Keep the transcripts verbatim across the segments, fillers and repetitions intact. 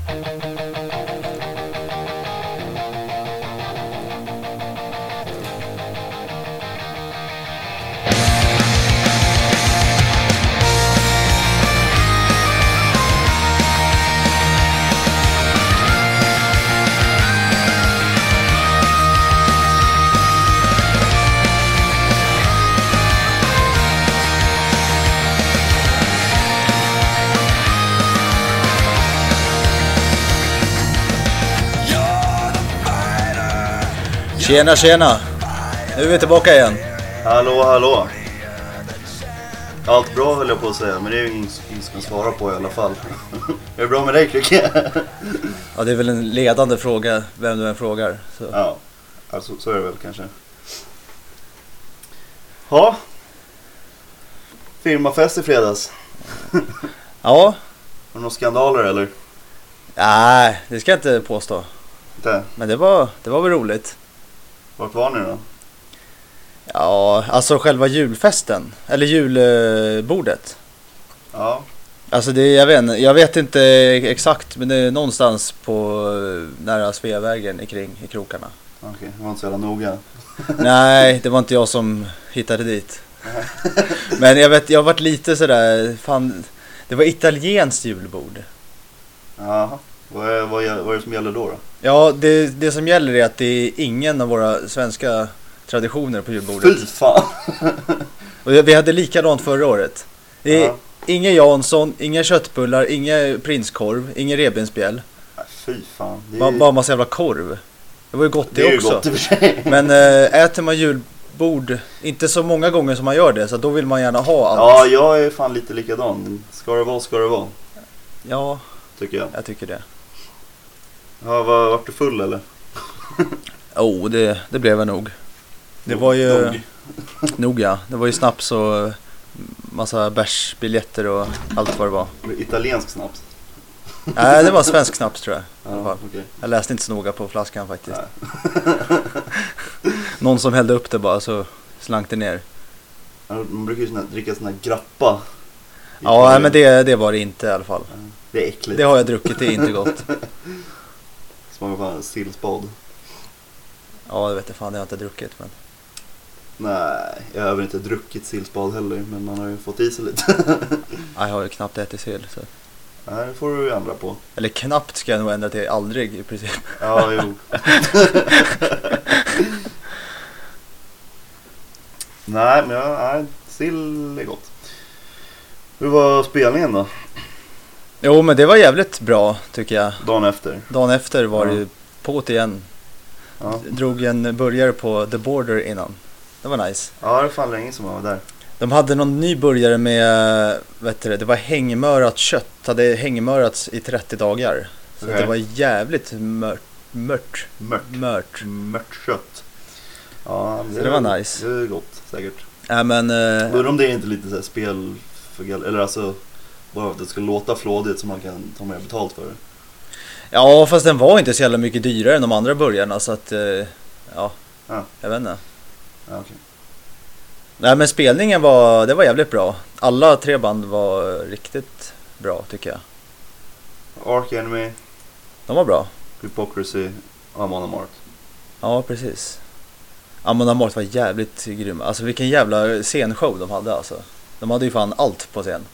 Tjena, tjena. Nu är vi tillbaka igen. Hallå, hallå. Allt bra höll jag på att säga, men det är ju ingen som kan svara på i alla fall. Är det bra med dig, Krycke? Ja, det är väl en ledande fråga, vem du än frågar. Så. Ja, alltså, så är det väl kanske. Ja. Firmafest i fredags. Ja. Har du några skandaler eller? Nej, det ska jag inte påstå. Inte? Men det var, det var väl roligt. Vart var ni då? Ja, alltså själva julfesten. Eller julbordet. Ja. Alltså det, jag vet inte, jag vet inte exakt, men det är någonstans på nära Sveavägen i kring i krokarna. Okej, okay, det var inte så jävla noga. Nej, det var inte jag som hittade dit. Men jag vet, jag har varit lite sådär, fan, det var italienskt julbord. Jaha, vad är, vad, är, vad är det som gäller då då? Ja, det, det som gäller är att det är ingen av våra svenska traditioner på julbordet. Fy fan! Och vi hade likadant förra året. Det är ja. Inga Jansson, inga köttbullar, inga prinskorv, ingen revbensspjäll. Fy fan. Det är... Bara, bara massa jävla korv. Det var ju gott det, det är också. Gott i och för sig. Men äh, äter man julbord inte så många gånger som man gör det, så då vill man gärna ha allt. Ja, jag är fan lite likadan. Ska det vara, ska det vara. Ja, tycker jag. Jag tycker det. Ja, var, var du full eller? Oh, det, det blev jag nog. Det var ju... Nog. nog ja. Det var ju snaps och massa bärsbiljetter och allt vad det var. Italiensk snaps? Nej, det var svensk snaps tror jag. Ja, i alla fall. Okay. Jag läste inte så noga på flaskan faktiskt. Någon som hällde upp det bara så slank det ner. Man brukar ju såna, dricka såna grappa. Ja, nej, men det, det var det inte i alla fall. Det är äckligt. Det har jag druckit, det är inte gott. Smakar fan sillspad. Ja, det vet jag fan, det har jag inte druckit. Men... Nej, jag har väl inte druckit sillspad heller, men man har ju fått i sig lite. Jag har ju knappt ätit sill. Så. Nej, det får du ju ändra på. Eller knappt ska jag nog ändra till aldrig i princip. Ja, jo. Nej, men ja, nej, sill är gott. Hur var spelningen då? Jo, men det var jävligt bra tycker jag. Dagen efter? Dagen efter var ja. det ju på igen. Ja. Drog en burgare på The Border innan. Det var nice. Ja, det fann länge som jag var där. De hade någon ny burgare med, vet du det, det var hängmörat kött. Det hade hängmörats i trettio dagar. Så okay. Det var jävligt mört. Mört. Mört. Mört. Mört kött. Ja, det, så det var nice. Det är gott, säkert. Ja, men... Uh, Undrar om det är inte lite så här spel för, eller alltså bara att det ska låta flådigt så man kan ta mer betalt för det. Ja, fast den var inte så jävla mycket dyrare än de andra burgarna, så att uh, ja, ja, jag vet inte. Ja, okay. Nej, men spelningen var, det var jävligt bra. Alla tre band var riktigt bra tycker jag. Arch Enemy. De var bra. Hypocrisy, Amon Amarth. Ja, precis. Amon Amarth var jävligt grym. Alltså vilken jävla scenshow de hade alltså. De hade ju fan allt på scen.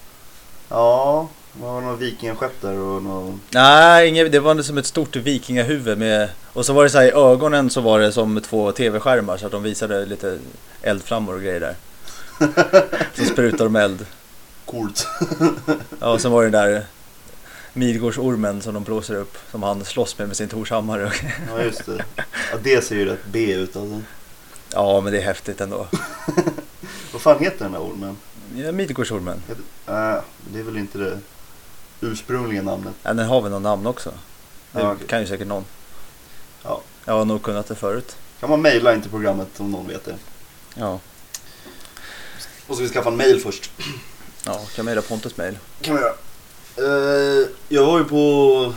Ja, det var någon vikingaskepp där och någon... Nej, inget, det var som ett stort vikingahuvud med... Och så var det så här, i ögonen så var det som två tv-skärmar så att de visade lite eldflammor och grejer där. Så sprutar de eld. Coolt. Ja, och sen var det där Midgårdsormen som de blåser upp, som han slåss med med sin torshammare. Ja, just det. Ja, det ser ju rätt B ut alltså. Ja, men det är häftigt ändå. Vad fan heter den här ormen? Ja, Midgårdsormen. Äh, det är väl inte det ursprungliga namnet. Ja, den har väl någon namn också. Det ja, okay. kan ju säkert någon. Ja. Jag har nog kunnat det förut. Kan man mejla in till programmet om någon vet det? Ja. Och så vi skaffa en mejl först. Ja, kan mejla Pontus mejl. Kan vi göra. Uh, jag var ju på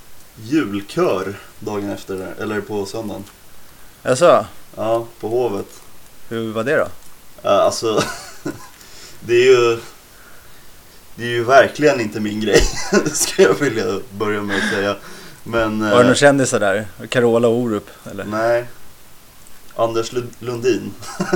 julkör dagen efter, eller på söndagen. Jaså? Ja, på Hovet. Hur var det då? Uh, alltså, det är ju... det är ju verkligen inte min grej. Ska jag vilja börja med att säga. Men, var det någon kändisar där? Carola Orup eller? Nej. Anders Lundin.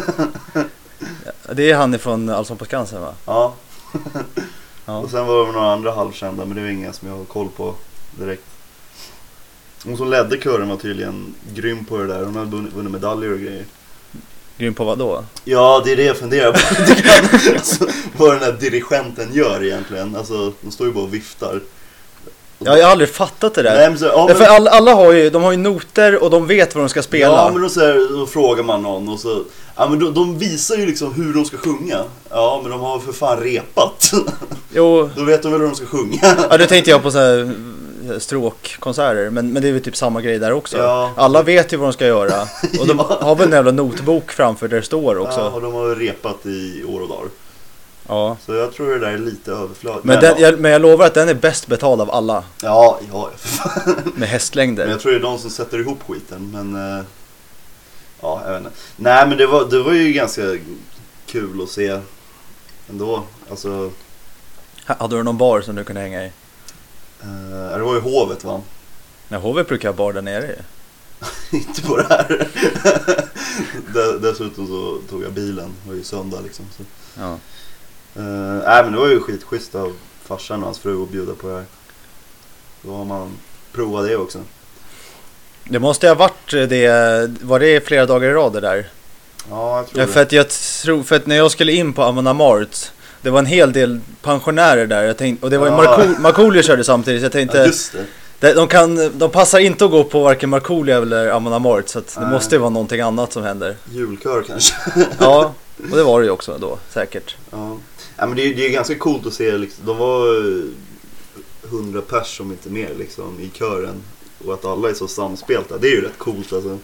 Ja, det är han ifrån Allsång på Skansen, va? Ja. Ja. Och sen var det några andra halvkända, men det är inga som jag har koll på direkt. Hon som ledde kören var tydligen grym på det där. Hon hade vunnit medaljer och grejer. Grym på vad då? Ja, det är det jag funderar på. Alltså, vad den här dirigenten gör egentligen. Alltså, de står ju bara och viftar. Ja, jag har aldrig fattat det där. Nej, men så, ja, men... För alla, alla har ju, de har ju noter och de vet vad de ska spela. Ja, men då, så här, då frågar man någon och så... Ja, men de, de visar ju liksom hur de ska sjunga. Ja, men de har för fan repat. Jo. Då vet de väl hur de ska sjunga. Ja, det tänkte jag på så här stråkkonserter. Men, men det är väl typ samma grej där också. Ja. Alla vet ju vad de ska göra. Och de Ja. har väl en jävla notbok framför där det står också. Ja, och de har repat i år och dagar. Ja. Så jag tror det där är lite överflödigt. Men, den, jag, men jag lovar att den är bäst betald av alla. Ja, ja. För fan. Med hästlängder. Men jag tror det är de som sätter ihop skiten. Men... Eh, ja, jag vet inte. Nej, men det var, det var ju ganska kul att se ändå. Alltså... Hade du någon bar som du kunde hänga i? Eh, det var ju Hovet, va? Nej, H V brukar ha bar där nere. Inte på det här. Dessutom så tog jag bilen. Det var ju söndag liksom. Så. Ja. Uh, nej, men det var ju skitschysst av farsan och hans fru att bjuda på det här. Då har man provat det också. Det måste ha varit det. Var det flera dagar i rad det där? Ja, jag tror Ja, det. för att jag tror, för att när jag skulle in på Amon Amarth, det var en hel del pensionärer där. Jag tänkte, och det var ju Ja. Marko- Markoolio körde samtidigt. Så jag tänkte, Ja, just det. de, de, kan, de passar inte att gå på varken Markoolio eller Amon Amarth. Så att det Nej. måste ju vara någonting annat som händer. Julkör kanske. Ja, och det var det ju också då, säkert. Ja. Ja, men det är, det är ganska coolt att se liksom, de var hundra pers om inte mer liksom, i kören. Och att alla är så samspelta. Det är ju rätt coolt alltså.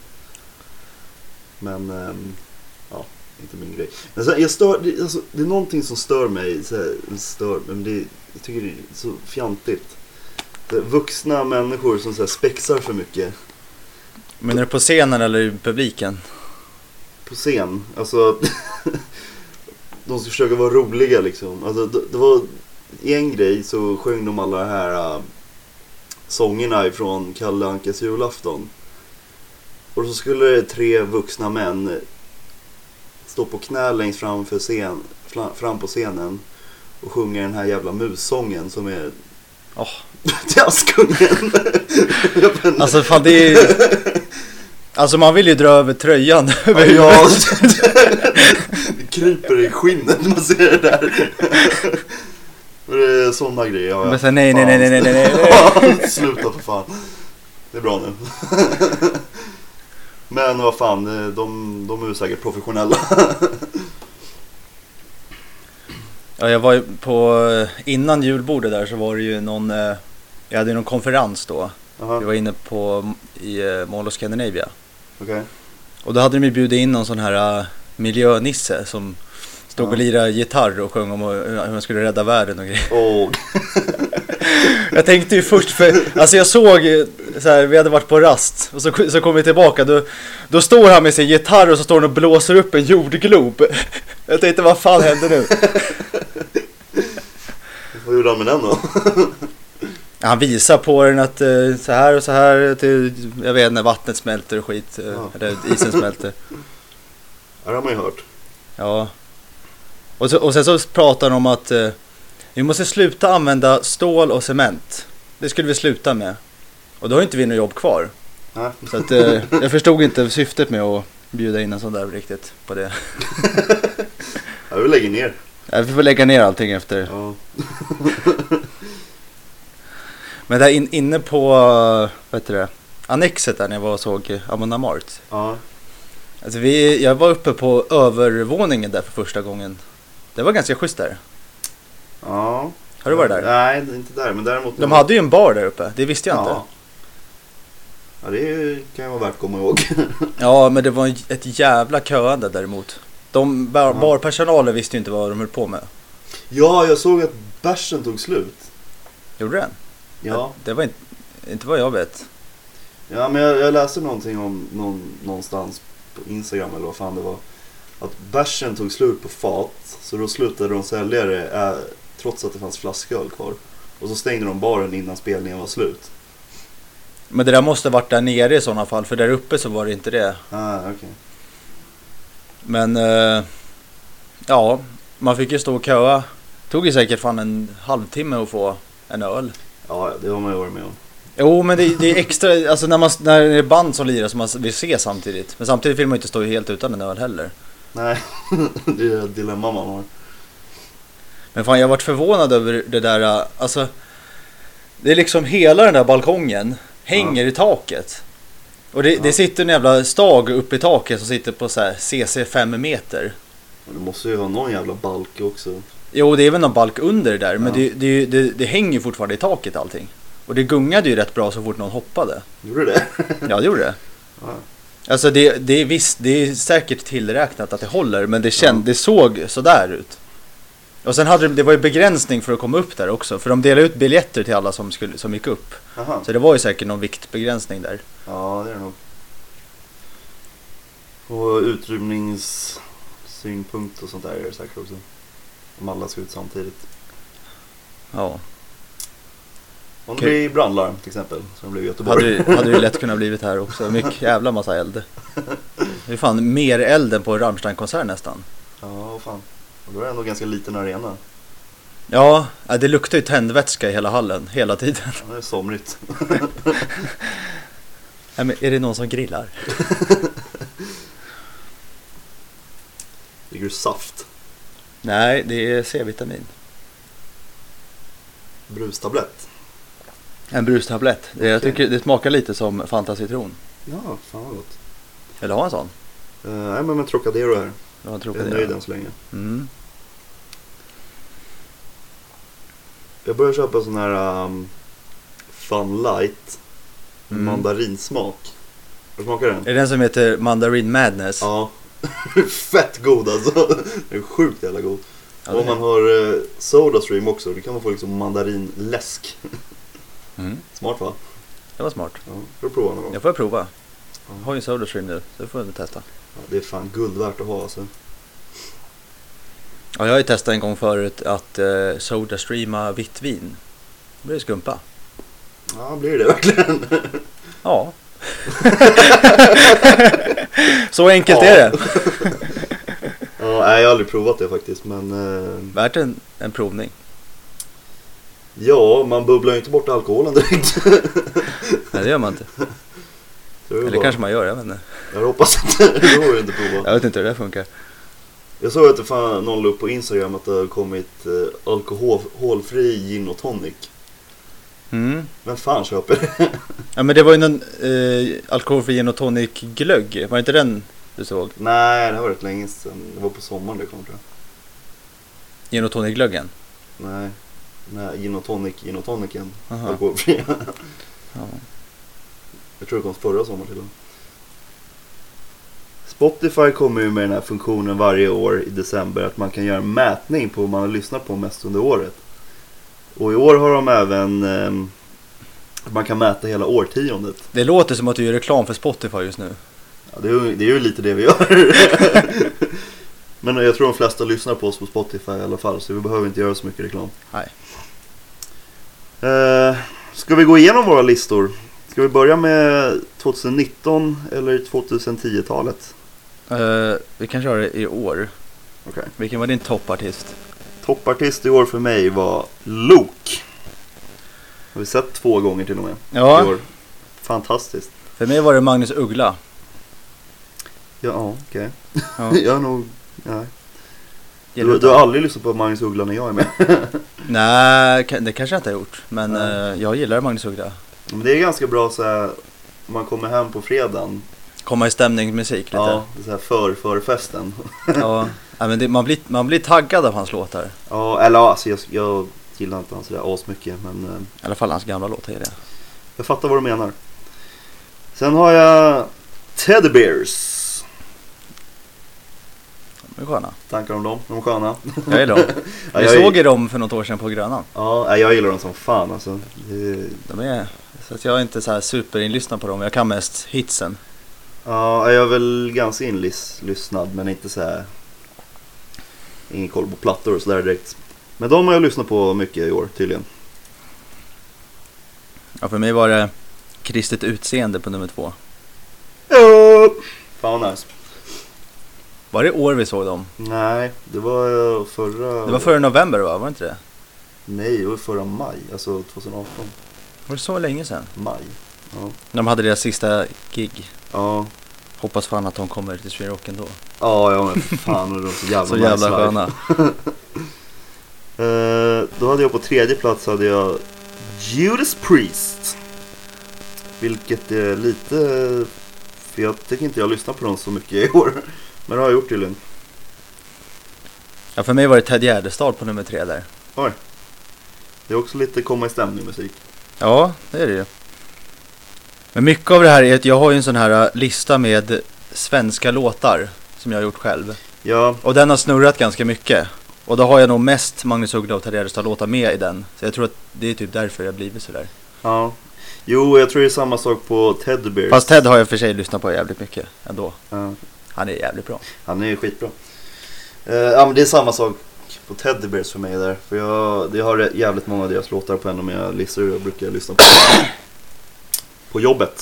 Men ähm, ja, inte min grej. Men så, jag stör, det, alltså, det är någonting som stör mig så här, stör, men det, jag tycker det är så fjantigt. Det är vuxna människor som så här, spexar för mycket. Men är det på scenen eller i publiken? På scen, alltså de ska försöka vara roliga liksom. Alltså det, det var i en grej så sjöng de alla de här uh, sångerna ifrån Kalle Ankas julafton. Och så skulle det tre vuxna män stå på knä längst framför scen, fram på scenen och sjunga den här jävla mussången som är Oh. till Askungen. Alltså fan, det är... Alltså man vill ju dra över tröjan över Ja, huvudet. det kryper i skinnet när man ser det där. Och det är sådana grejer. Ja, Men så, nej, nej, nej, nej, nej, nej, nej. Sluta för fan. Det är bra nu. Men vad fan, de, de är ju säkert professionella. Ja, jag var ju på, innan julbordet där så var det ju någon, jag hade ju någon konferens då. Aha. Jag var inne på i Mall of Scandinavia. Okej. Okay. Och då hade de ju bjudit in någon sån här miljönisse som stod ja. och lirade gitarr och sjöng om hur man skulle rädda världen och grejer. Oh. Jag tänkte ju först, för alltså jag såg så här, vi hade varit på rast och så, så kom vi tillbaka, då, då står han med sin gitarr och så står han och blåser upp en jordglob. Jag tänkte, vad fan händer nu? Vad gjorde han med den då? Han visar på den att uh, så här och så här till, jag vet när vattnet smälter och skit, uh, ja. eller isen smälter. Ja, det har man ju hört. Ja. Och, så, och sen så pratar de om att uh, vi måste sluta använda stål och cement. Det skulle vi sluta med. Och då har inte vi något jobb kvar. Ja. Så att, uh, jag förstod inte syftet med att bjuda in en sån där riktigt på det. Ja, vi lägger ner. Ja, vi får lägga ner allting efter. Ja. Men där in, inne på, vad heter det, annexet där när jag var och såg Amon Amarth. Ja. Alltså vi, jag var uppe på övervåningen där för första gången. Det var ganska schysst där. Ja. Har du varit där? Nej, inte där, men däremot... De hade ju en bar där uppe, det visste jag ja. inte. Ja, det kan ju vara värt att komma ihåg. Ja, men det var ett jävla köande däremot. De bar, barpersonalen visste ju inte vad de höll på med. Ja, jag såg att bärsen tog slut. Gjorde den? Ja. Det var inte, inte vad jag vet. Ja, men jag, jag läste någonting om någon, någonstans på Instagram eller vad fan det var. Att bärsen tog slut på fat, så då slutade de sälja det äh, Trots att det fanns flasköl kvar. Och så stängde de baren innan spelningen var slut. Men det där måste varit där nere i sådana fall, för där uppe så var det inte det. Ah, okej. Okay. Men eh, ja, man fick ju stå och köa. Tog ju säkert fan en halvtimme att få en öl. Ja, det har man ju varit med om. Jo, men det, det är extra, alltså när, man, när det är band som lirar som man vill se samtidigt. Men samtidigt vill man inte stå helt utan en öl heller. Nej, det är ett dilemma man har. Men fan, jag har varit förvånad över det där, alltså det är liksom hela den där balkongen hänger ja. i taket. Och det, ja. det sitter en jävla stag uppe i taket som sitter på så här C C fem meter. Men det måste ju ha någon jävla balk också. Jo, det är väl någon balk under det där, ja. men det, det, det, det hänger fortfarande i taket allting. Och det gungade ju rätt bra så fort någon hoppade. Gjorde det? Ja, det gjorde det. Ja. Alltså det, det är visst, det är säkert tillräknat att det håller, men det, känd, ja. det såg så där ut. Och sen hade det, det var ju begränsning för att komma upp där också. För de delade ut biljetter till alla som, skulle, som gick upp. Aha. Så det var ju säkert någon viktbegränsning där. Ja, det är det nog. Och utrymningssynpunkt och sånt där är det säkert också. Om alla ska ut samtidigt. Ja. Om det blir brandlarm till exempel, som blev i Göteborg. Hade, hade det lätt kunnat blivit här också. Mycket jävla massa eld. Det är fan mer eld än på Rammstein-konsert nästan. Ja, fan. Och då är det ändå ganska liten arena. Ja, det luktar ju tändvätska i hela hallen hela tiden. Ja, det är somrigt. Nej, men är det någon som grillar? Ligger du saft? Nej, det är C-vitamin. Brustablett? En brustablett. Det, jag tycker det smakar lite som Fanta citron. Ja, fan vad gott. Eller ha en sån? Uh, nej, men med Trocadero här. Jag, jag är nöjd än så länge. Mm. Jag börjar köpa sån här um, Fun Light mm. mandarinsmak. Vad smakar den? Är det den som heter Mandarin Madness? Ja. Fett god alltså. Den är sjukt jävla god. Ja, och om man har uh, SodaStream också, då kan man få liksom mandarinläsk. Mm. Smart va? Det var smart. Ja, får du prova någon gång. Jag får prova. Jag har ju SodaStream nu, så det får jag testa. Ja, det är fan guld värt att ha alltså. Ja, jag har ju testat en gång förut att uh, SodaStreama vitt vin. Det blir skumpa. Ja, blir det verkligen? Ja. Så enkelt ja. är det. Ja, nej, jag har aldrig provat det faktiskt, men... Uh... Värt en, en provning. Ja, man bubblar ju inte bort alkoholen direkt. Nej, det gör man inte. Eller bara... kanske man gör, jag vet inte. Jag hoppas inte, det går ju inte prova. Jag vet inte hur det funkar. Jag såg att det fan någon la upp på Instagram att det har kommit uh, alkoholfri gin och tonic. Mm. Vem fan köper det? Ja, men det var ju någon uh, alkoholfri gin och tonic glögg. Var inte den du såg? Nej, det har varit länge sedan. Det var på sommaren det kom, tror jag. Gin och tonic glöggen? Nej. Nej, gin och tonic, gin och tonicen. Alkoholfri. Ja. Jag tror det kom förra sommaren till. Spotify kommer ju med den här funktionen varje år i december att man kan göra en mätning på vad man har lyssnat på mest under året. Och i år har de även eh, att man kan mäta hela årtiondet. Det låter som att du gör reklam för Spotify just nu. Ja, det är ju, det är ju lite det vi gör. Men jag tror de flesta lyssnar på oss på Spotify i alla fall, så vi behöver inte göra så mycket reklam. Nej. Eh, ska vi gå igenom våra listor? Ska vi börja med tjugonitton eller tjugohundratio-talet? Uh, vi kan köra det i år. Okay. Vilken var din toppartist? Toppartist i år för mig var Luke. Har vi sett två gånger till och med. Ja. I år. Fantastiskt. För mig var det Magnus Uggla. Ja, okej. Okay. Ja. Jag har nog... Nej. Du, du har aldrig lyssnat på Magnus Uggla när jag är med? Nej, det kanske jag inte har gjort. Men uh, jag gillar Magnus Uggla. Men det är ganska bra så här, om man kommer hem på fredagen. Komma i stämningsmusik lite. Ja, så här för, för festen. Ja, men det, man, blir, man blir taggad av hans låtar. Ja, eller alltså jag, jag gillar inte hans sådär asmycket. Men, i alla fall hans gamla låtar är det. Jag fattar vad du menar. Sen har jag Teddy Bears. De är sköna. Tankar om dem? De är sköna. Jag gillar dem. Vi ja, såg ju dem för något år sedan på Grönan. Ja, jag gillar dem som fan alltså. Det... De är... Så att jag är inte så här superinlyssnad på dem. Jag kan mest hitsen. Ja, jag är väl ganska inlyssnad, men inte så här... Ingen koll på plattor och sådär direkt. Men de har jag lyssnat på mycket i år tydligen. Ja, för mig var det Kristet utseende på nummer två. Ja, fan vad nice. Var det år vi såg dem? Nej, det var eh, förra... Det var förra november, va? Var det inte det? Nej, det var förra maj, alltså tjugo arton. Var det så länge sedan? Maj. Ja. När de hade deras sista gig. Ja. Hoppas fan att de kommer till Sweden Rock ändå. Ja, ja men fan, det var så jävla Så nice jävla live. sköna. Eh, då hade jag på tredje plats hade jag Judas Priest. Vilket är lite... För jag tycker inte jag lyssnar på dem så mycket i år. Men det har jag gjort tydligen. Ja, för mig var det Ted Gärdestad på nummer tre där. Oj. Det är också lite komma i stämning musik. Ja, det är det ju. Men mycket av det här är att jag har ju en sån här lista med svenska låtar som jag har gjort själv. Ja. Och den har snurrat ganska mycket. Och då har jag nog mest Magnus Uggla och Ted Gärdestad låtar med i den. Så jag tror att det är typ därför jag blivit sådär. Ja. Jo, jag tror det är samma sak på Teddy Bears. Fast Ted har jag för sig lyssnat på jävligt mycket ändå. Ja. Han är jävligt bra. Han är skitbra. Uh, ja, men det är samma sak på Teddy Bears för mig där. För jag, jag har jävligt många av deras låtar på en av mina listor. Jag brukar lyssna på på jobbet.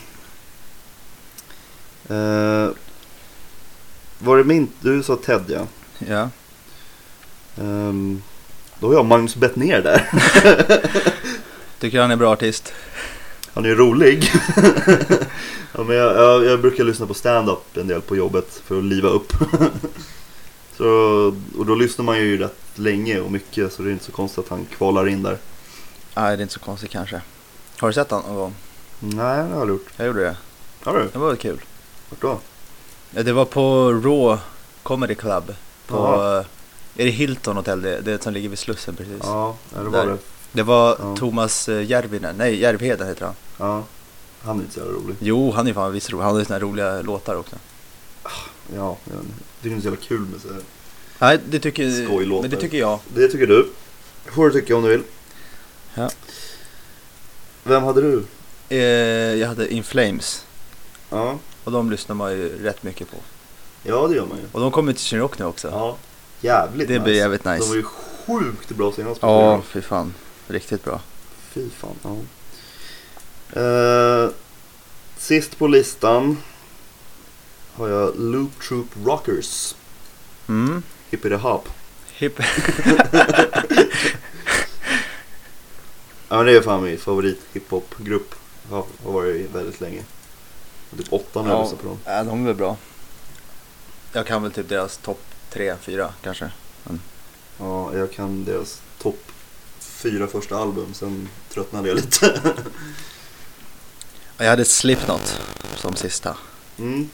Uh, var det min... Du sa Ted, ja. Ja. Um, då har jag Magnus Bettner där. Tycker han är bra artist. Han är ju rolig. Ja, men jag, jag, jag brukar lyssna på stand-up en del på jobbet för att liva upp. Så, och då lyssnar man ju rätt länge och mycket, så det är inte så konstigt att han kvalar in där. Nej, det är inte så konstigt kanske. Har du sett han någon gång? Nej, det har jag gjort. Jag gjorde det. Har du? Det var kul. Vart då? Ja, det var på Raw Comedy Club. På, Aha. uh, är det Hilton Hotel? Det, det som ligger vid Slussen precis. Ja, det var Där. det. Det var Ja. Thomas uh, Järvinen. Nej, Järvheden heter han. Ja, han är inte så jävla rolig. Jo, han är fan visst rolig. Han har såna här roliga låtar också. Ja, jag tycker det är så jävla kul med så här. Nej, det tycker, Skojlåtar. men det tycker jag. Det tycker du. Får du tycka om du vill. Ja. Vem hade du? Eh, jag hade In Flames. Ja. Och de lyssnar man ju rätt mycket på. Ja, det gör man ju. Och de kommer till Sweden Rock nu också. Ja, jävligt Det nice. blir jävligt nice. De var ju sjukt bra senast på Ja, ja. fy fan. Riktigt bra. Fy fan, ja. Uh, sist på listan har jag Loop Troop Rockers. Mm. Hippie the Hop. Hip. Ja, men det är fan min favorit hiphop-grupp. Har, har varit väldigt länge. Typ åtta när jag Ja, lyssnar på dem. ja, de är väl bra. Jag kan väl typ deras topp tre, fyra kanske. Men... Ja, jag kan deras topp fyra första album. Sen tröttnade jag lite. Jag hade Slipknot som sista. Mm.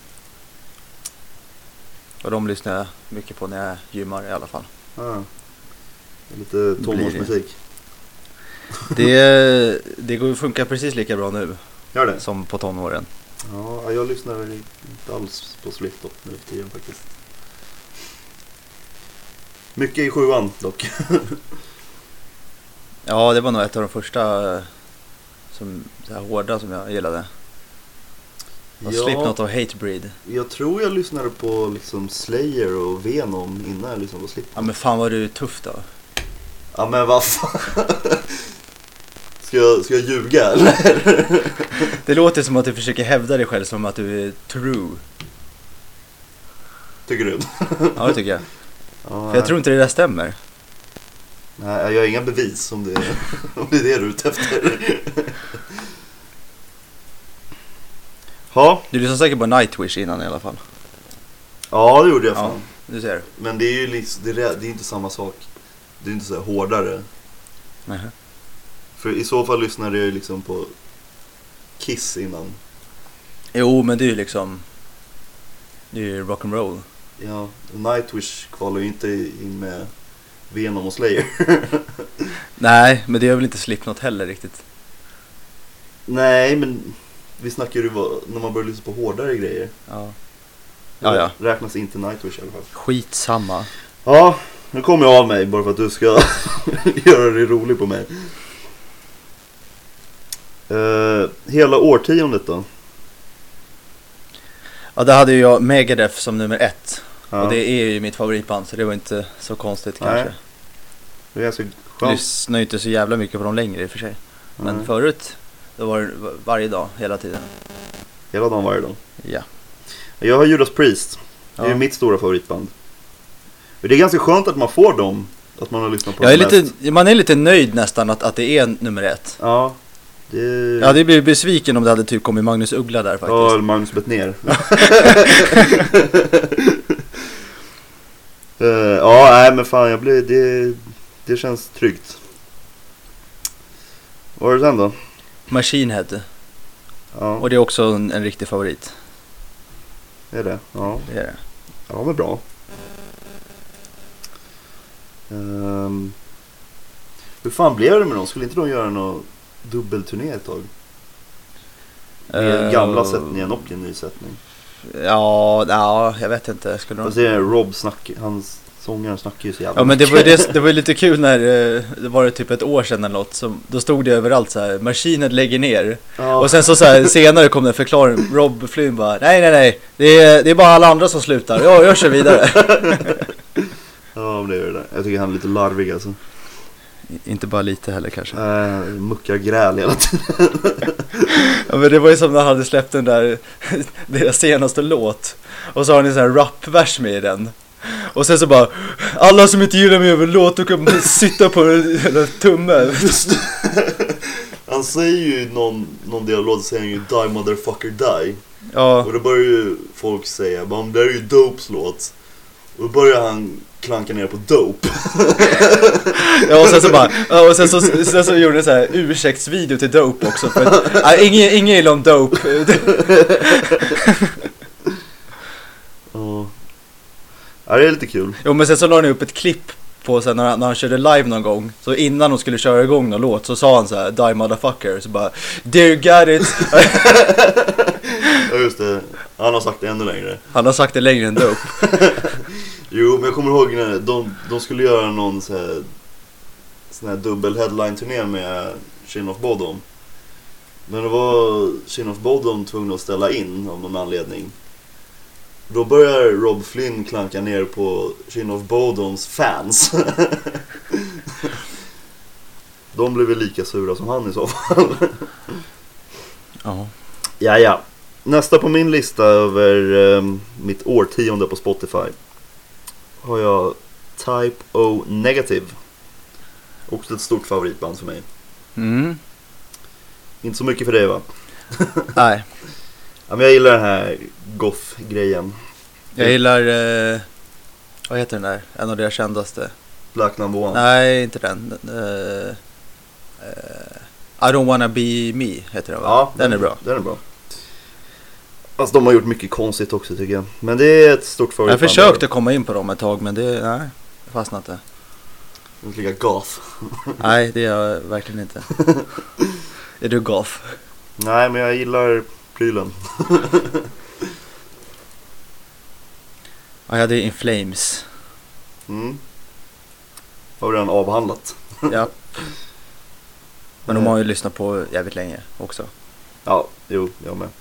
Och de lyssnar jag mycket på när jag gymmar i alla fall. Ja. Lite tonårsmusik. Det, det går funkar precis lika bra nu Gör det? som på tonåren. Ja, jag lyssnar väl inte alls på Slipknot nu för tiden faktiskt. Mycket i sjuan dock. Ja, det var nog ett av de första eh, som, så här hårda som jag gillade. Och Slipknot och Hatebreed. Jag tror jag lyssnade på liksom Slayer och Venom innan jag lyssnade på Slipknot. Ja, men fan var du tuff då. Ja, men vad fan. Ska jag, ska jag ljuga eller? Det låter som att du försöker hävda dig själv som att du är true. Tycker du? Ja, det tycker jag. Ja, För jag tror inte det där stämmer. nej, jag har inga bevis om det, om det är det du är ute efter. Ja. Du lyssnade säkert på Nightwish innan i alla fall. Ja, det gjorde jag Ja, fan. du ser. Men det är ju liksom, det är, det är inte samma sak. Det är inte så här hårdare. Nähä. För i så fall lyssnade jag ju liksom på Kiss innan. Jo, men det är ju liksom... Det är ju rock'n'roll. Ja, Nightwish kvalar ju inte in med Venom och Slayer. Nej, men det är väl inte Slipknot heller riktigt. Nej, men vi snackar ju vad- när man börjar lyssna på hårdare grejer. Ja. Ja, ja. Räknas inte Nightwish i alla fall. Skitsamma. Ja, nu kommer jag av mig bara för att du ska göra det roligt på mig. Uh, hela årtiondet då? Ja, där hade ju jag Megadeth som nummer ett. Ja. Och det är ju mitt favoritband, så det var inte så konstigt Nej. kanske. Det är ganska skönt. Lyssnar ju inte så jävla mycket på dem längre i och för sig. Men Nej. förut, då var det varje dag, hela tiden. Hela dagen varje dag. Ja. Jag har Judas Priest. Det är Ja. mitt stora favoritband. Och det är ganska skönt att man får dem. Att man har lyssnat på Jag är dem lite, mest. man är lite nöjd nästan att, att det är nummer ett. Ja. Det... Jag hade blivit besviken om det hade typ kommit Magnus Uggla där faktiskt. Ja, Magnus Bettner. uh, ja, nej men fan, jag blir, det, det känns tryggt. Vad var det sen då? Machine Head. Ja, Och det är också en, en riktig favorit. det är det. Ja, Det är det. ja de är bra. Um, hur fan blev det med dem? Skulle inte de göra någon dubbelturné ett tag? Med Eh, gamla sättningen och en ny sättning. Ja, ja, jag vet inte. Skulle Fast de... det är Rob snack, hans sångare snackar ju så jävla Ja, men det var, ju mycket. det, det var ju lite kul när eh, det var det typ ett år sedan eller något. Som, då stod det överallt så här: Machine Head lägger ner. Ja. Och sen så, så här, senare kom det en förklaring. Rob Flynn bara: nej, nej, nej. Det är, det är bara alla andra som slutar. Ja, jag kör vidare. Ja, men det är det där. Jag tycker han är lite larvig alltså. Inte bara lite heller kanske. Äh, muckar gräl hela tiden. Ja, men det var ju som när han hade släppt den där deras senaste låt. Och så har ni en sån här rap-vers med i den. Och sen så bara: alla som inte gillar mig över låt, då kan sitta på en tumme. Han säger ju någon, någon del av låten säger han ju die motherfucker die. Ja, Och då börjar ju folk säga, men det är ju Dopes låt. Och då börjar han klanka ner på Dope. ja, och sen så bara, ja, och sen så, sen så gjorde en så här ursäktsvideo till Dope också. För att, ja, ingen, ingen gillar om Dope. Ja. Ja, det är lite kul. Jo, men sen så la ni upp ett klipp på sen när, han- när han körde live någon gång. Så innan de skulle köra igång någon låt så sa han så här: die motherfucker. Så bara: dear got it. Ja, just det. Han har sagt det ännu längre. Han har sagt det längre än Dope. Jo, men jag kommer ihåg när de, de skulle göra någon så här, sån här dubbel headline-turné med Chin of Bodom. Men då var Chin of Bodom tvungen att ställa in av någon anledning. Då börjar Rob Flynn klanka ner på Chin of Bodoms fans. De blev väl lika sura som han i så fall. Ja. Ja, ja. Nästa på min lista över um, mitt årtionde på Spotify har jag Type O Negative. Också ett stort favoritband för mig. Mm. Inte så mycket för dig, va? Nej. Ja, men jag gillar den här goth-grejen. Jag gillar, eh, vad heter den där? En av deras kändaste. Black Number One. Nej, inte den. Uh, uh, I don't wanna be me heter den, va? Ja, den är bra. Den är bra. Alltså de har gjort mycket konstigt också tycker jag. Men det är ett stort Jag favoritband. försökte komma in på dem ett tag, men det, nej, jag fastnade inte. De är lika goth. Nej, det är jag verkligen inte. Är du goth? Nej, men jag gillar prylen. Ja, jag hade In Flames. Mm. Har vi redan avhandlat. Ja. Men de har ju lyssnat på jävligt länge också. Ja, jo, jag med.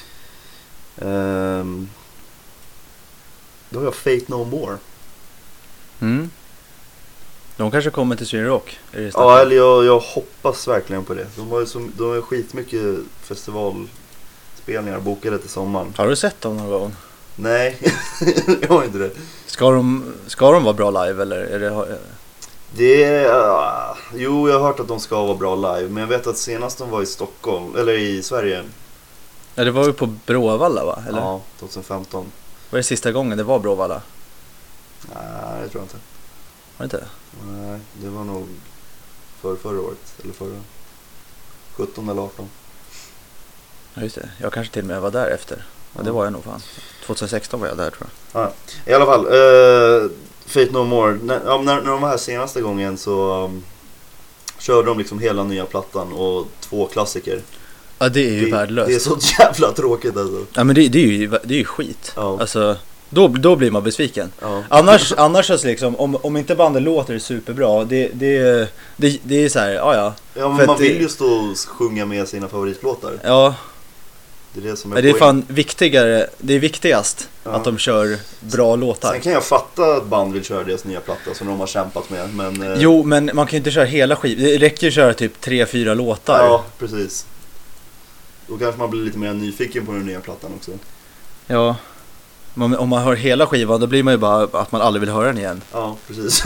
Um, då har jag Fate No More. Mm. De kanske kommer till Sweden Rock. Är det Ja, eller jag, jag hoppas verkligen på det. De har ju så, de har skitmycket festivalspelningar bokade till sommaren. Har du sett dem någon gång? Nej, jag har inte det. Ska de, ska de vara bra live eller är det... Det är, uh, jo, jag har hört att de ska vara bra live. Men jag vet att senast de var i Stockholm, eller i Sverige. Ja, det var ju på Bråvalla, va? Eller? Ja, tjugohundrafemton. Var det sista gången det var Bråvalla? Nej, det tror jag inte. Var det inte? Nej, det var nog för förra året. Eller förra. sjutton eller arton. Ja, just det. Jag kanske till och med var där efter. Ja, det var jag nog fan. tjugohundrasexton var jag där, tror jag. Ja, i alla fall. Uh, Fate No More. När, ja, när, när de var här senaste gången så um, körde de liksom hela nya plattan och två klassiker. Ja, det är ju det, värdelöst. det är så jävla tråkigt alltså. Ja, men det, det är ju det är ju skit. Ja. Alltså, då, då blir man besviken. Ja. Annars, annars alltså liksom, om, om inte bandet låter superbra, det, det, det, det är så här, ja ja. Ja, men För man att vill det- ju stå och sjunga med sina favoritlåtar. Ja, Det är det som är, Men det är poäng. fan viktigare, det är viktigast Ja. att de kör bra låtar. Sen kan jag fatta att band vill köra deras nya platta som de har kämpat med, men... eh, Jo, men man kan ju inte köra hela skivan. Det räcker ju att köra typ tre, fyra låtar. Ja, precis. Då kanske man blir lite mer nyfiken på den nya plattan också. Ja. Men om man hör hela skivan, då blir man ju bara att man aldrig vill höra den igen. Ja, precis.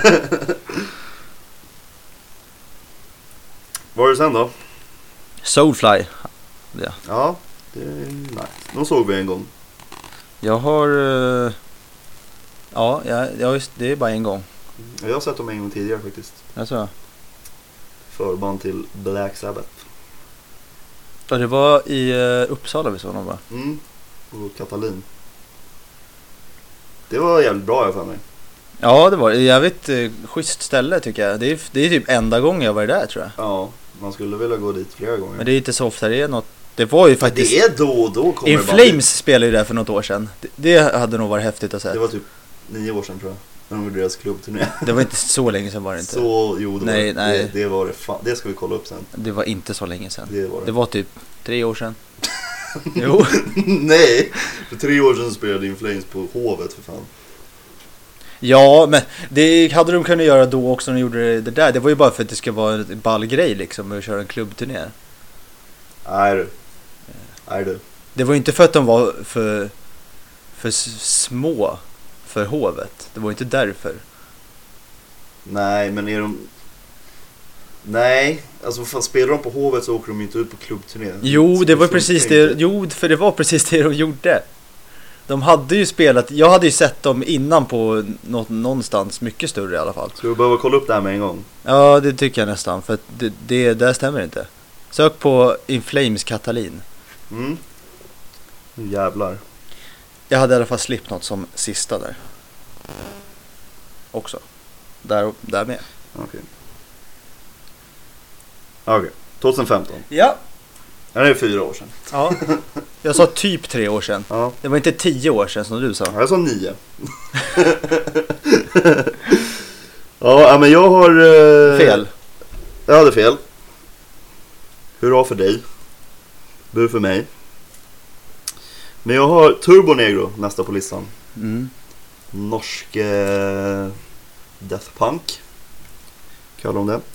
Vad var det sen då? Soulfly. Ja. Ja, det är nice. De såg vi en gång. Jag har... eh, Ja, jag, jag, det är bara en gång. Jag har sett dem en gång tidigare faktiskt. Alltså. Förband till Black Sabbath. Ja, det var i uh, Uppsala vi såg dem, va? Mm, och Katalin. Det var jävligt bra jag för mig. Ja, det var ett jävligt uh, schysst ställe tycker jag. Det är, det är typ enda gången jag var där, tror jag. Ja, man skulle vilja gå dit flera gånger. Men det är inte så ofta det är något. Det var ju faktiskt... Det är då och då kommer In det bara Flames spelade ju där för något år sedan. Det, det hade nog varit häftigt att se. Det var typ nio år sedan tror jag. När de gjorde deras klubbturné. Det var inte så länge sedan, var det inte. Så, jo, det Nej, var, nej. Det, det var det. Fan, det ska vi kolla upp sen. Det var inte så länge sedan. Det var det. Det var typ tre år sedan. Jo. Nej, för tre år sedan spelade In Flames på Hovet för fan. Ja, men det hade de kunnat göra då också när de gjorde det där. Det var ju bara för att det ska vara en ball grej liksom, att köra en klubbturné. Nej du. Nej du. Det var ju inte för att de var för, för s- små för hovet. Det var ju inte därför. Nej, men är de... Nej, alltså för spelar de på Hovet så åker de inte ut på klubbturné. Jo, Så det var så precis tänkte. det. Jo, för det var precis det de gjorde. De hade ju spelat, jag hade ju sett dem innan på något, någonstans mycket större i alla fall. Ska vi behöva kolla upp det här med en gång? Ja, det tycker jag nästan, för att det, det där stämmer inte. Sök på In Flames Katalin. Mm. Nu jävlar. Jag hade i alla fall Slipknot som sista där. Också. Där, där med. Okej. Okej, tjugohundrafemton. Ja. Det är fyra år sedan. Ja. Jag sa typ tre år sedan. Ja, Det var inte tio år sedan som du sa. jag sa nio. Ja, men jag har... eh, Fel. Jag hade fel. Hurra för dig. Bu för mig. Men jag har Turbo Negro nästa på listan. Mm. Norsk eh, Death Punk kallar de det.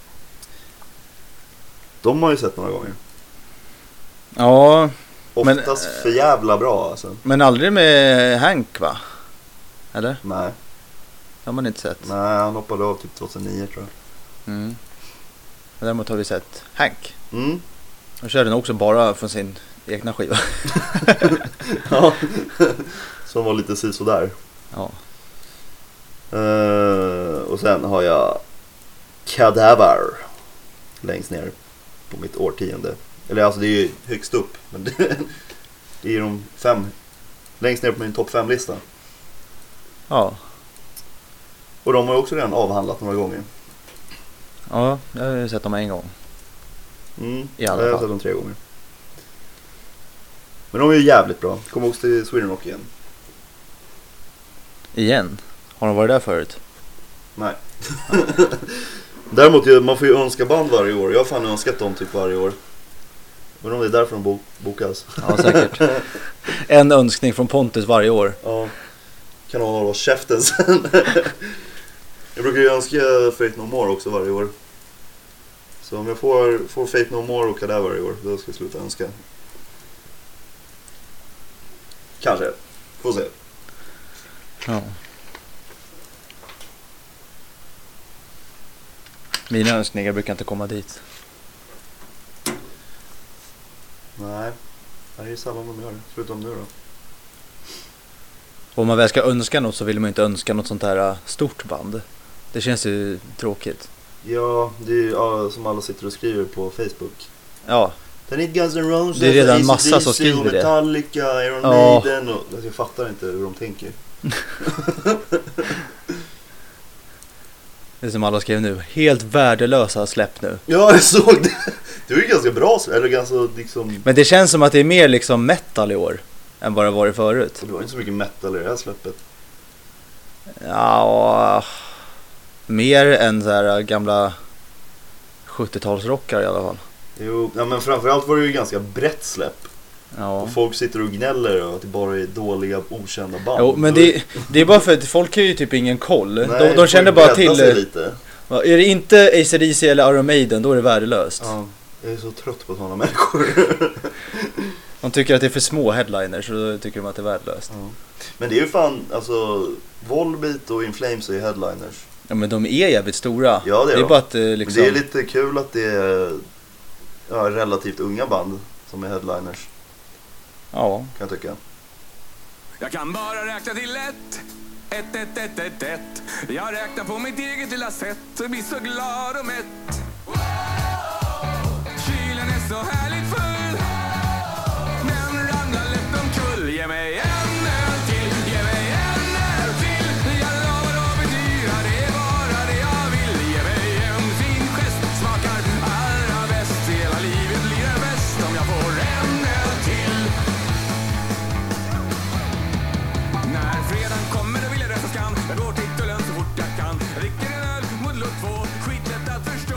De har ju sett några gånger. Ja, Oftast Men, för jävla bra alltså. men aldrig med Hank, va? Eller? Nej, Det har man inte sett. nej, han hoppade av typ tjugohundranio tror jag. Mm. Men däremot har vi sett Hank. Mm. Han körde den också bara från sin egna skiva. Ja. Som var lite sisådär. Ja. Uh, och sen har jag Cadaver längst ner på mitt årtionde. Eller alltså det är ju högst upp, men det, det är de fem längst ner på min topp fem lista. Ja. Och de har ju också redan avhandlat några gånger. Ja, jag har ju sett dem en gång. Mm. I alla Jag har fall. sett dem tre gånger. Men de är ju jävligt bra. Kom också till Sweden Rock igen. Igen? Har de varit där förut? Nej. Däremot, man får ju önska band varje år. Jag har fan önskat dem typ varje år. Men om det är därför de bo- bokas. Ja, säkert. En önskning från Pontus varje år. Ja. Kan någon hålla käften sen. Jag brukar ju önska Fate No More också varje år. Så om jag får, får Fate No More och Cadaver varje år, då ska jag sluta önska. Kanske. Får se. Ja. Mina önskningar brukar inte komma dit. Nej. Det är ju sällan de gör det. Förutom nu då. Om man väl ska önska något så vill man inte önska något sånt här äh, stort band. Det känns ju tråkigt. Ja, det är ju ja, som alla sitter och skriver på Facebook. Ja, Den är Guns N' Roses, Det är redan A C D C, massa som skriver det. Metallica, Iron Ja. Maiden och, alltså, jag fattar inte hur de tänker. det är som alla skrev nu. Helt värdelösa släpp nu. Ja, jag såg det. Det var ju ganska bra, eller ganska liksom... Men det känns som att det är mer liksom metal i år än vad det varit förut. Det var inte så mycket metal i det här släppet. Ja, mer än så här gamla sjuttiotalsrockar i alla fall. Jo, ja, men framförallt var det ju ganska brett släpp. Ja. Och folk sitter och gnäller och att det bara är dåliga, okända band. Jo, men det, det är bara för att folk har ju typ ingen koll. Nej, de de känner bara till... Lite. Ja, är det inte A C D C eller Iron Maiden, då är det värdelöst. Ja, jag är så trött på sådana människor. De tycker att det är för små headliners, så då tycker de att det är värdelöst. Ja. Men det är ju fan, alltså, Volbeat och In Flames är headliners. Ja, men de är jävligt stora. Ja, det är, det är de. bara att liksom... Det är lite kul att det är ja, relativt unga band som är headliners. Ja. Kan jag tycka. Jag kan bara räkna till ett, ett, ett, ett, ett, ett. Jag räknar på mitt eget lilla sätt och blir så glad och mätt. Kylen är så härligt full, men ramlar lätt omkull. Ge mig en öl till, ge mig en öl till. Jag lovar att bedyra, det är bara det jag vill. Ge mig en fin gest, smakar allra bäst. Hela livet blir en fest om jag får en öl till. När fredagen kommer då vill jag rösta skam. Jag går till tullen så fort jag kan. Jag dricker en öl mot lutt två, skitlätt att förstå.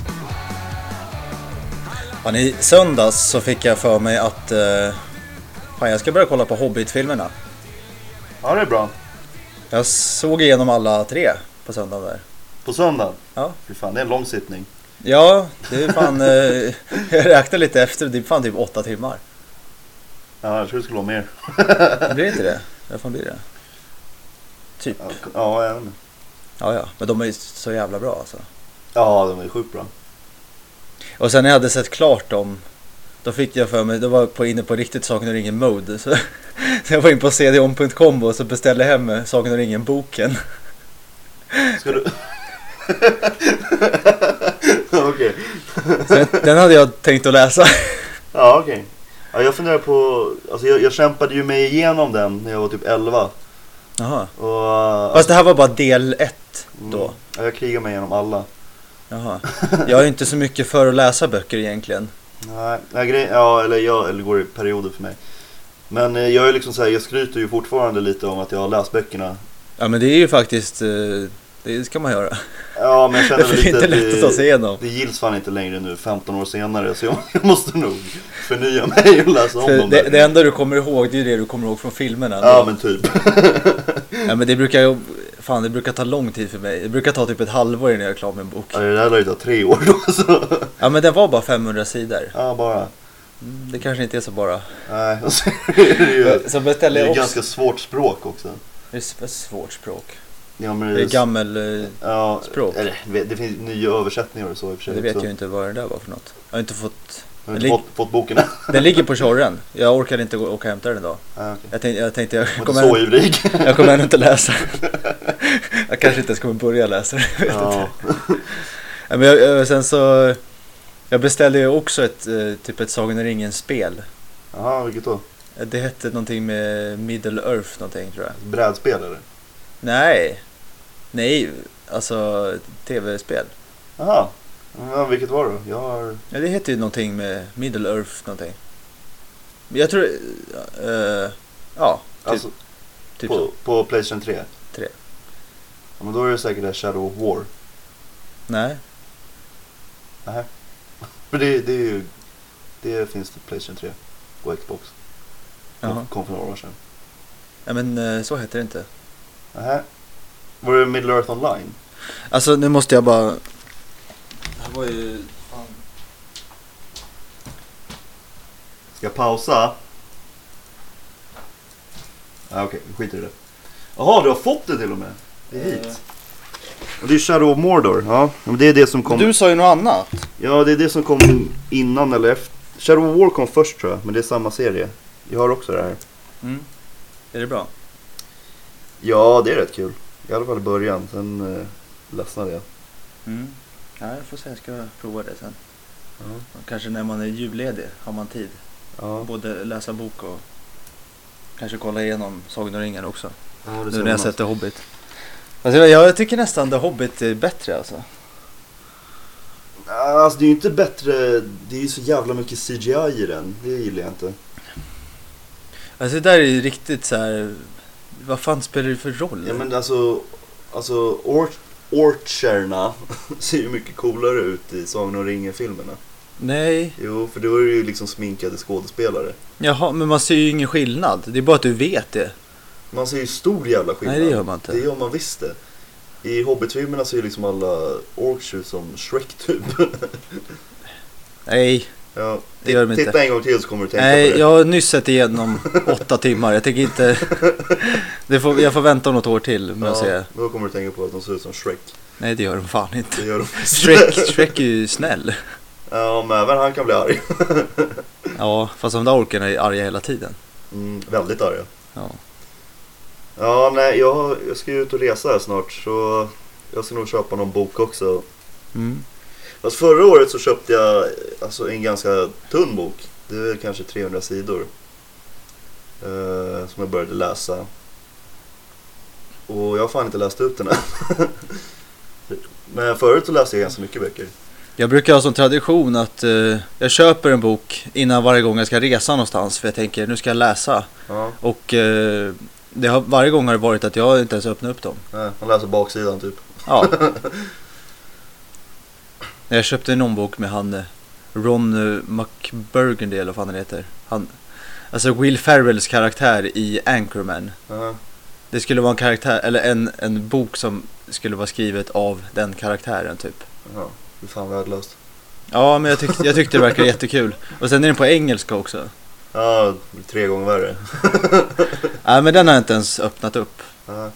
Fan, i söndags så fick jag för mig att eh, fan, jag ska börja kolla på Hobbit-filmerna. Ja, det är bra. Jag såg igenom alla tre på söndagen där. På söndag? Ja. Fy fan, det är en lång sittning. Ja, det är fan... eh, jag räknade lite efter, det är fan typ åtta timmar. Ja, jag tror det skulle vara mer. Det blir inte det? Vad fan blir det? Typ. Ja, ja, jag vet inte. Ja, ja. Men de är ju så jävla bra alltså. Ja, de är sjukt bra. Och sen när jag hade sett klart dem, då fick jag för mig, då var jag på, inne på riktigt Saken och ringen mode. Så, så jag var in på c d on punkt com och så beställde jag hem Saken och ringen boken. Ska du... Okej. Så den hade jag tänkt att läsa. Ja, okej. Okay. Ja, jag funderar på... Alltså jag, jag kämpade ju mig igenom den när jag var typ elva. Jaha. Och, fast det här var bara del ett då. Mm, ja, jag krigar mig igenom alla. Jaha. Jag är inte så mycket för att läsa böcker egentligen. Nej, nej grej, ja, eller jag eller går i perioder för mig. Men eh, jag är liksom så här, jag skryter ju fortfarande lite om att jag har läst böckerna. Ja, men det är ju faktiskt, eh, det ska man göra. Ja, men jag känner Det är lite inte att lätt att ta sig igenom. Det gills fan inte längre nu, femton år senare. Så jag, jag måste nog förnya mig och läsa om För dem. det, det enda du kommer ihåg, det är det du kommer ihåg från filmerna. Ja, men typ. Ja, men det brukar ju, fan det brukar ta lång tid för mig. Det brukar ta typ ett halvår innan jag är klar med en bok. Ja, det där lär ju ta tre år då. Så. Ja, men den var bara femhundra sidor. Ja, bara. Mm, det kanske inte är så bara. Nej, och så är det ju, Så beställer det är jag ju också. ganska svårt språk också. Det är ett svårt språk. Ja, men Det är gammel eh, ja, språk. Eller, det finns nya översättningar och så i och för sig. det vet också. jag ju inte vad det där var för något. Jag har inte fått. Jag har Den, inte lig- fått, fått boken än. den ligger på tjorren. Jag orkade inte gå och hämta den idag. Ah, okay. Jag tänkte jag, tänkte, jag Jag var kommer inte så än- ivrig. jag kommer ännu inte läsa. Jag kanske inte ens kommer börja läsa. Jag vet Ja. inte. Ja, men jag, sen så jag beställde ju också ett eh, typ ett Sagan om ringen-spel. Jaha, vilket då? Det hette någonting med Middle Earth någonting, tror jag. Brädspel eller? Nej. Nej, alltså tv-spel. Jaha, ja, vilket var det? Jag har... Ja, det heter ju någonting med Middle Earth någonting. Jag tror uh, ja, typ, Alltså, typ på, så. på PlayStation tre? Tre. Ja, men då är det säkert det Shadow of War. Nej. Nej. För det, det är ju... Det finns det PlayStation tre och Xbox. Jaha. Kom, kom för några år sedan. Ja, men eh, så heter det inte. Nähä. Var det Middle Earth Online? Alltså nu måste jag bara. Det här var ju fan. Ska jag pausa? Ja, okej, vi skiter i det. Jaha, du har fått det till och med. Det är hit. Och det är Shadow of Mordor. Ja, men det är det som kom. Du sa ju något annat. Ja, det är det som kom innan eller efter. Shadow of War kom först tror jag, men det är samma serie. Jag har också det här. Mm. Är det bra? Ja, det är rätt kul. I alla fall i början, sen eh, ledsnade jag. Mm. Ja, jag får se, jag ska prova det sen. Ja. Kanske när man är julledig har man tid. Ja, Både läsa bok och kanske kolla igenom Sagan om ringen också. ja det Nu ser när man jag sett The Hobbit. Alltså, jag, jag tycker nästan The Hobbit är bättre alltså. Alltså det är ju inte bättre. Det är ju så jävla mycket C G I i den. Det gillar jag inte. Alltså det där är ju riktigt så här. Vad fan spelar det för roll? Ja, men alltså, alltså or- orcherna ser ju mycket coolare ut i Sagan om ringen-filmerna. Nej. Jo, för då är det ju liksom sminkade skådespelare. Jaha, men man ser ju ingen skillnad. Det är bara att du vet det. Man ser ju stor jävla skillnad. Nej, det gör man inte. Det gör man visst det. I Hobbit-filmerna ser ju liksom alla orks ut som Shrek typ. Nej, Ja, det gör de inte. Titta en gång till så kommer du tänka Nej, på det. jag har nyss sett igenom åtta timmar. Jag tänker inte... Det får, jag får vänta något år till med att se. Ja, då kommer du tänka på att de ser ut som Shrek. Nej, det gör de fan inte. Det gör de. Shrek, Shrek är ju snäll. Ja, men även han kan bli arg. Ja, fast de där orkarna är arga hela tiden. Mm, väldigt arga. Ja. Ja, nej, jag, jag ska ju ut och resa här snart. Så jag ska nog köpa någon bok också. Mm. Fast förra året så köpte jag alltså en ganska tunn bok. Det är kanske trehundra sidor. Eh, som jag började läsa. Och jag har fan inte läst ut den än. Men förut så läste jag ganska mycket böcker. Jag brukar ha som tradition att uh, jag köper en bok innan varje gång jag ska resa någonstans. För jag tänker, nu ska jag läsa. Ja. Och uh, det har, varje gång har det varit att jag inte ens öppnat upp dem. Nej, man läser baksidan typ. Ja. Jag köpte en ombok med han Ron uh, McBurgundy eller vad fan han heter. Han, alltså Will Ferrells karaktär i Anchorman. Ja. Det skulle vara en karaktär, eller en, en bok som skulle vara skrivet av den karaktären typ. Ja, det är fan värdelöst. Ja, men jag tyckte, jag tyckte det verkar jättekul. Och sen är den på engelska också. Ja, tre gånger värre. Nej, men den har jag inte ens öppnat upp. Ja.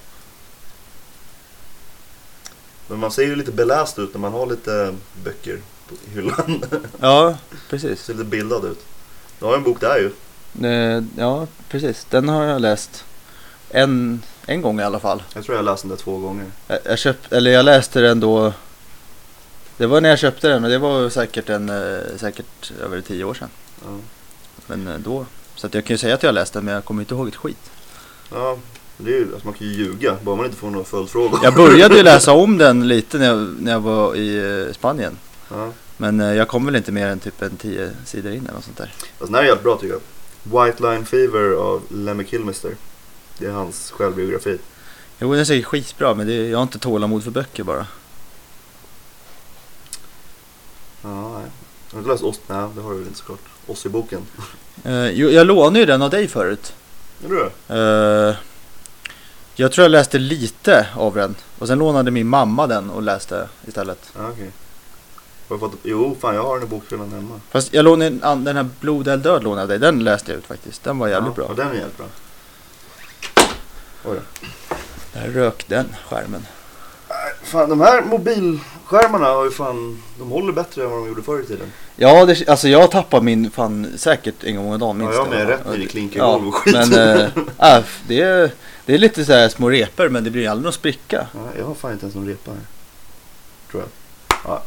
Men man ser ju lite beläst ut när man har lite böcker på hyllan. Ja, precis. Ser lite bildad ut. Du har en bok där ju. Eh, Ja, precis. Den har jag läst en, en gång i alla fall. Jag tror jag läste den där två gånger. Jag, jag, köpt, eller jag läste den då. Det var när jag köpte den, men det var säkert, en, eh, säkert över tio år sedan. Ja. Men eh, då. Så att jag kan ju säga att jag läste den, men jag kommer inte ihåg ett skit. Ja, det är ju, alltså man kan ju ljuga, bara man inte får några följdfrågor. Jag började ju läsa om den lite när jag, när jag var i eh, Spanien. Ja. Men eh, jag kom väl inte mer än typ en tio sidor in eller något sånt där. Alltså, den här är jävligt bra tycker jag. White Line Fever av Lemmy Kilmister. Det är hans självbiografi. Jo, den är säkert skitbra, men det, jag har inte tålamod för böcker bara. Ja, nej. Jag har inte läst Oss... Nej, det har du inte såklart. Oss-i-boken. Eh, jo, jag lånade ju den av dig förut. Är du det? Eh, jag tror jag läste lite av den. Och sen lånade min mamma den och läste istället. Ja, okej. Okay. Har du fått... Jo, fan, jag har den i bokhyllan hemma. Fast jag lånade en, an- den här Blod eller död lånade jag dig. Den läste jag ut faktiskt. Den var jävligt Ja, bra. och den är jävligt bra. Oj då. Där rök den skärmen. Fan, de här mobilskärmarna har ju fan... De håller bättre än vad de gjorde förr i tiden. Ja, det, alltså jag tappar min fan säkert en gång om dagen minst. Ja, jag med det. rätt när det klinkar Ja, golv och skit. men äh, äh, det, är, det är lite så här små repor, men det blir aldrig någon spricka. Ja, jag har fan inte ens någon repa här. Tror jag. Ja.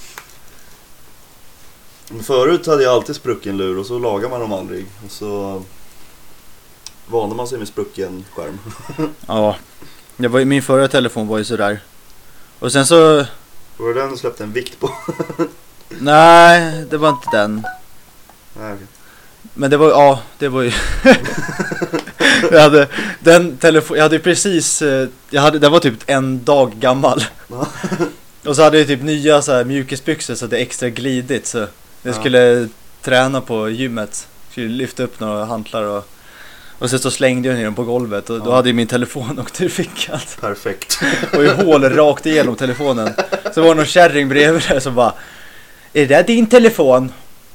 Men förut hade jag alltid sprucken lur och så lagar man dem aldrig. Och så vande man sig med sprucken skärm. Ja, det var, min förra telefon var ju sådär. Och sen så... Var det den du släppte en vikt på? Nej, det var inte den. Nej, okej. Men det var, ja, det var ju... jag hade den telefon, jag hade precis, eh, jag hade, den var typ en dag gammal. Och så hade jag typ nya så här mjukisbyxor så det är extra glidigt så jag Ja. skulle träna på gymmet. Skulle lyfta upp några hantlar och och sen så slängde jag ner den på golvet och Ja. då hade ju min telefon åkt ur fickan. Perfekt. Och ju hål rakt igenom telefonen. Så var det någon kärring bredvid där som bara: är det din telefon?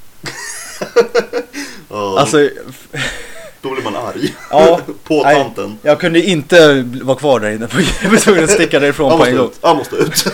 Ja, Alltså, då blir man arg. ja, På nej, tanten. jag kunde inte vara kvar där inne. Jag var tvungen att sticka därifrån Jag på måste en gång. ut. Jag måste ut.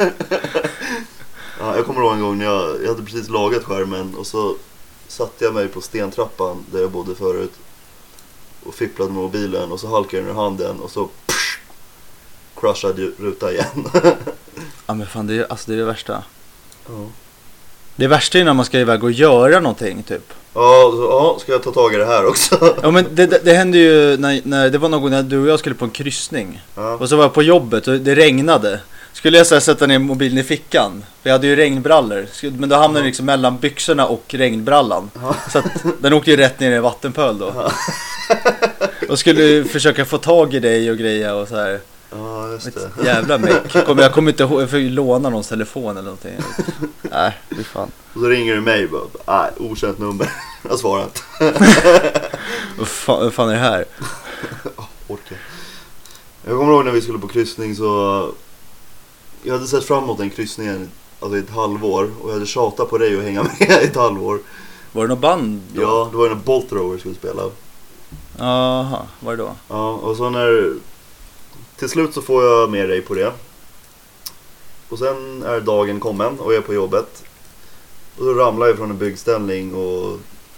Ja, jag kommer ihåg en gång när jag, jag hade precis lagat skärmen och så satte jag mig på stentrappan där jag bodde förut och fipplade med mobilen och så halkade den ur handen och så psh, crushade ruta igen. Ja men fan, det är, alltså, det är det värsta. Ja. Det värsta är när man ska iväg och göra någonting typ. Ja, så, ja, ska jag ta tag i det här också? Ja men det, det, det hände ju när, när det var någon gång när du och jag skulle på en kryssning. Ja. Och så var jag på jobbet och det regnade. Skulle jag så här sätta ner mobilen i fickan. För jag hade ju regnbrallor. Men då hamnade den liksom mellan byxorna och regnbrallan. Ja. Så att den åkte ju rätt ner i en vattenpöl då. Ja. Och skulle försöka få tag i dig och greja och så här. Ja, just det. Ett jävla meck. Kom, jag kommer inte ihåg, jag får ju låna någons telefon eller någonting. Nej, fy fan. Och så ringer du mig och bara, nej, okänt nummer. Jag har svarat. Vad fan, vad fan är det här? Oh, orkar. Jag kommer ihåg när vi skulle på kryssning så... Jag hade sett fram emot den kryssningen alltså i ett halvår. Och jag hade tjatat på dig att hänga med i ett halvår. Var det någon band då? Ja, det var när Bolt Rover skulle spela. Jaha, var det då? Ja, och så när... Till slut så får jag med dig på det. Och sen är dagen kommen och jag är på jobbet. Och så ramlar jag från en byggställning och...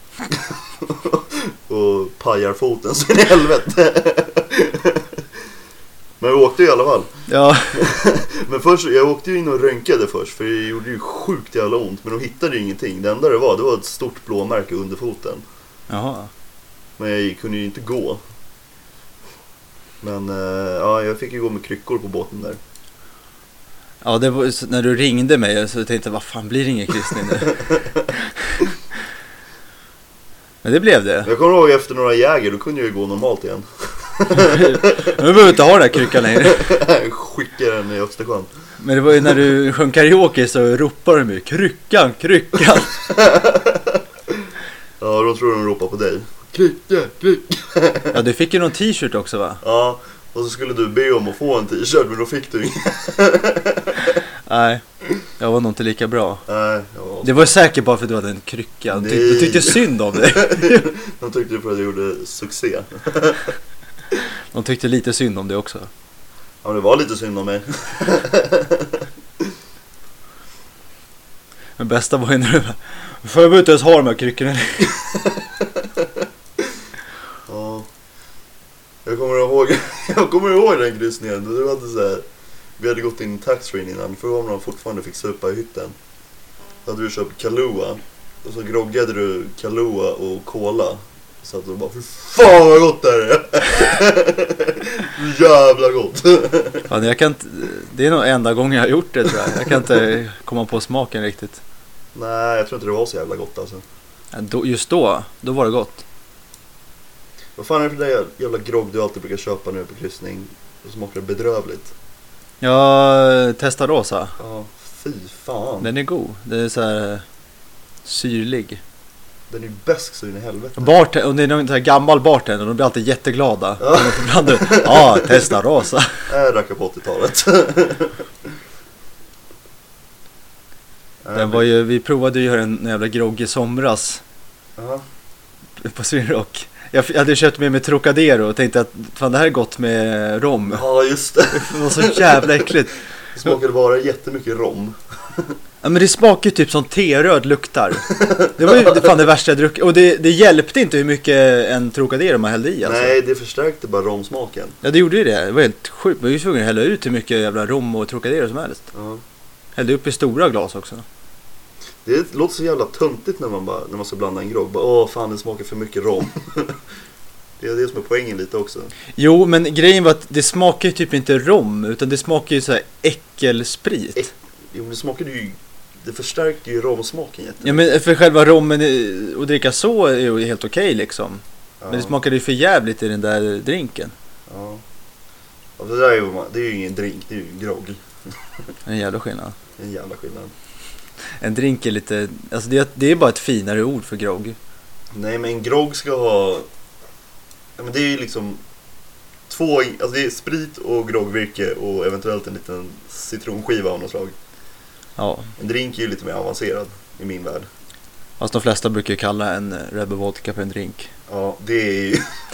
och pajar foten så in i helvete. Men jag åkte i alla fall. Ja. Men först, jag åkte ju in och röntgade först. För det gjorde ju sjukt jävla ont. Men de hittade ju ingenting. Det enda det var, det var ett stort blåmärke under foten. Jaha. Men jag kunde ju inte gå. Men uh, ja, jag fick ju gå med kryckor på båten där. Ja, det var, när du ringde mig så tänkte jag, vad fan, blir det ingen kryssning nu? Men det blev det. Jag kommer ihåg efter några jäger, då kunde jag ju gå normalt igen. Nu behöver inte ha den här kryckan längre. Skickar den i Östersjön. Men det var ju när du sjöng karaoke så ropade de ju kryckan, kryckan. Ja, då tror de ropar på dig. Krycka, krycka. Ja, du fick ju någon t-shirt också, va? Ja, och så skulle du be om att få en t-shirt, men då fick du ingen. Nej, jag var nog inte lika bra. Nej, jag var... Det var säkert bara för att du hade en krycka. De, tyck, de tyckte synd om dig. De tyckte för att jag gjorde succé. De tyckte lite synd om det också. Ja, det var lite synd om mig. Men bästa var ju när du bara, får jag inte ens ha de här kryckorna? Ja. Jag kommer ihåg Jag kommer ihåg den kryssningen. Det var så här, vi hade gått in i taxfree innan. För om de fortfarande fick supa i hytten. Då hade du köpt Kahlua. Och så groggade du Kahlua och cola. Så att du bara, fy fan vad gott det här är. Jävla gott. Ja, jag kan inte, det är nog enda gången jag har gjort det, tror jag. Jag kan inte komma på smaken riktigt. Nej, jag tror inte det var så jävla gott alltså. Ja, då, just då, då var det gott. Vad fan är det för det jävla grogg du alltid brukar köpa nu på kryssning? Och smakar bedrövligt. Ja, Testarossa. Ja, fy fan. Den är god. Den är så här syrlig. Den är ju bäsk så in i helvete. Bart- och det är någon så här gammal bartender, de blir alltid jätteglada. Ja, Ja, ah, Testarossa. jag drack på åttiotalet. Den var ju, vi provade ju en jävla grogg i somras. Ja. På Swinrock. Jag hade köpt med mig Trocadero och tänkte att fan, det här är gott med rom. Ja, just det. Det var så jävla äckligt. Det smakade bara jättemycket rom. Ja, men det smakar ju typ som teröd luktar. Det var ju fan det värsta jag druckit. Och det, det hjälpte inte hur mycket en Trocadero man hällde i alltså. Nej, det förstärkte bara romsmaken. Ja, det gjorde ju det. Det var helt sjukt. Man var ju tvungen att hälla ut hur mycket jävla rom och Trocadero som helst. Ja. Hällde upp i stora glas också. Det låter så jävla töntigt när man, bara, när man ska blanda en grogg. Bara, åh fan, det smakar för mycket rom. Det är det som är poängen lite också. Jo, men grejen var att det smakar ju typ inte rom, utan det smakar ju så här äckelsprit. Äck, jo, det smakade ju... Det förstärkte ju romsmaken jättemycket. Ja, men för själva rommen att dricka så är ju helt okej liksom. Ja. Men det smakade ju för jävligt i den där drinken. Ja. Ja, det där är ju, det är ju ingen drink, det är ju en grogg. En jävla skillnad. En jävla skillnad. En drink är lite, alltså det, det är bara ett finare ord för grogg. Nej, men en grogg ska ha... Ja, men det är ju liksom två, alltså det är sprit och groggvirke och eventuellt en liten citronskiva av något slag. Ja. En drink är ju lite mer avancerad i min värld. Fast de flesta brukar ju kalla en Red Bull Vodka för en drink. Ja, det är ju